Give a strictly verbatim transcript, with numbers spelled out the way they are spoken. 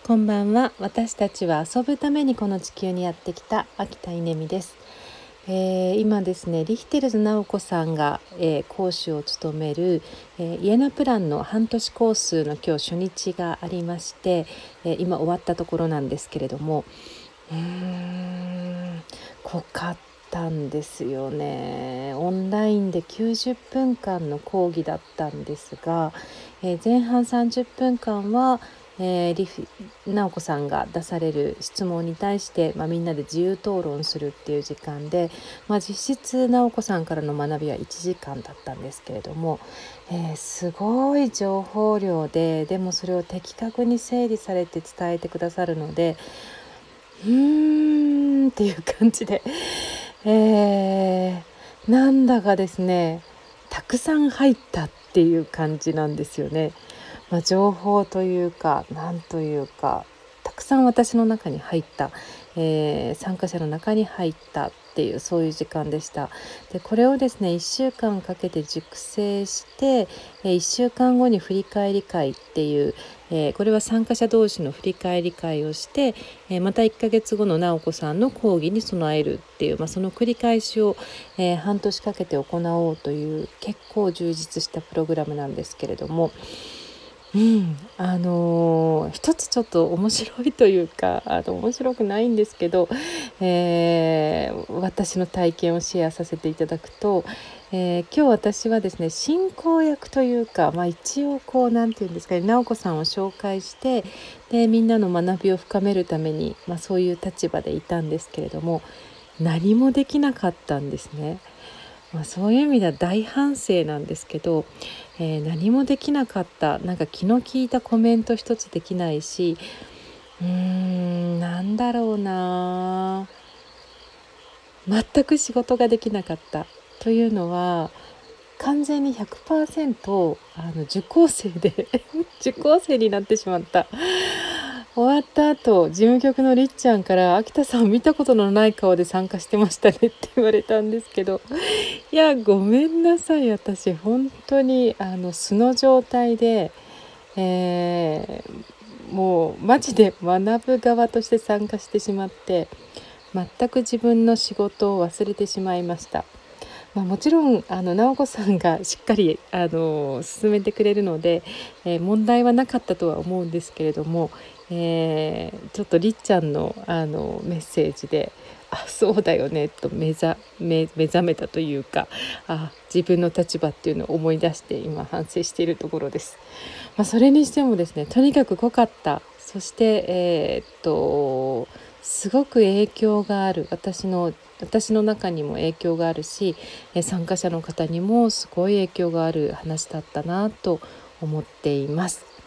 こんばんは。私たちは遊ぶためにこの地球にやってきた秋田稲美です。えー、今ですねリヒテルズ直子さんが、えー、講師を務める、えー、イエナプランの半年コースの今日初日がありまして、えー、今終わったところなんですけれども、うーん濃かったんですよね。オンラインできゅうじゅっぷんかんの講義だったんですが、えー、前半さんじゅっぷんかんはえー、リフ直子さんが出される質問に対して、まあ、みんなで自由討論するっていう時間で、まあ、実質直子さんからの学びはいちじかんだったんですけれども、えー、すごい情報量で、でもそれを的確に整理されて伝えてくださるので、うーんっていう感じで、えー、なんだかですねたくさん入ったっていう感じなんですよね。まあ、情報というかなんというかたくさん私の中に入った、えー、参加者の中に入ったっていうそういう時間でした。でこれをですねいっしゅうかんかけて熟成して、えー、いっしゅうかんごに振り返り会っていう、えー、これは参加者同士の振り返り会をして、えー、またいっかげつごの直子さんの講義に備えるっていう、まあ、その繰り返しを、えー、半年かけて行おうという結構充実したプログラムなんですけれども、うん、あのー、一つちょっと面白いというかあの面白くないんですけど、えー、私の体験をシェアさせていただくと、えー、今日私はですね進行役というか、まあ、一応こうなんていうんですかね直子さんを紹介してでみんなの学びを深めるために、まあ、そういう立場でいたんですけれども何もできなかったんですね。まあ、そういう意味では大反省なんですけど、えー、何もできなかった。なんか気の利いたコメント一つできないし、うーんなんだろうな全く仕事ができなかったというのは完全に ひゃくパーセント あの受講生で受講生になってしまった。終わった後事務局のりっちゃんから秋田さん見たことのない顔で参加してましたねって言われたんですけど、いやごめんなさい。私本当にあの素の状態で、えー、もうマジで学ぶ側として参加してしまって全く自分の仕事を忘れてしまいました。まあ、もちろんあの直子さんがしっかりあの進めてくれるので、えー、問題はなかったとは思うんですけれども、えー、ちょっとりっちゃんのあのメッセージであそうだよねと目ざ目目覚めたというかあ自分の立場っていうのを思い出して今反省しているところです。まあ、それにしてもですねとにかく濃かった。そして、えー、っとすごく影響がある私の私の中にも影響があるし参加者の方にもすごい影響がある話だったなと思っています。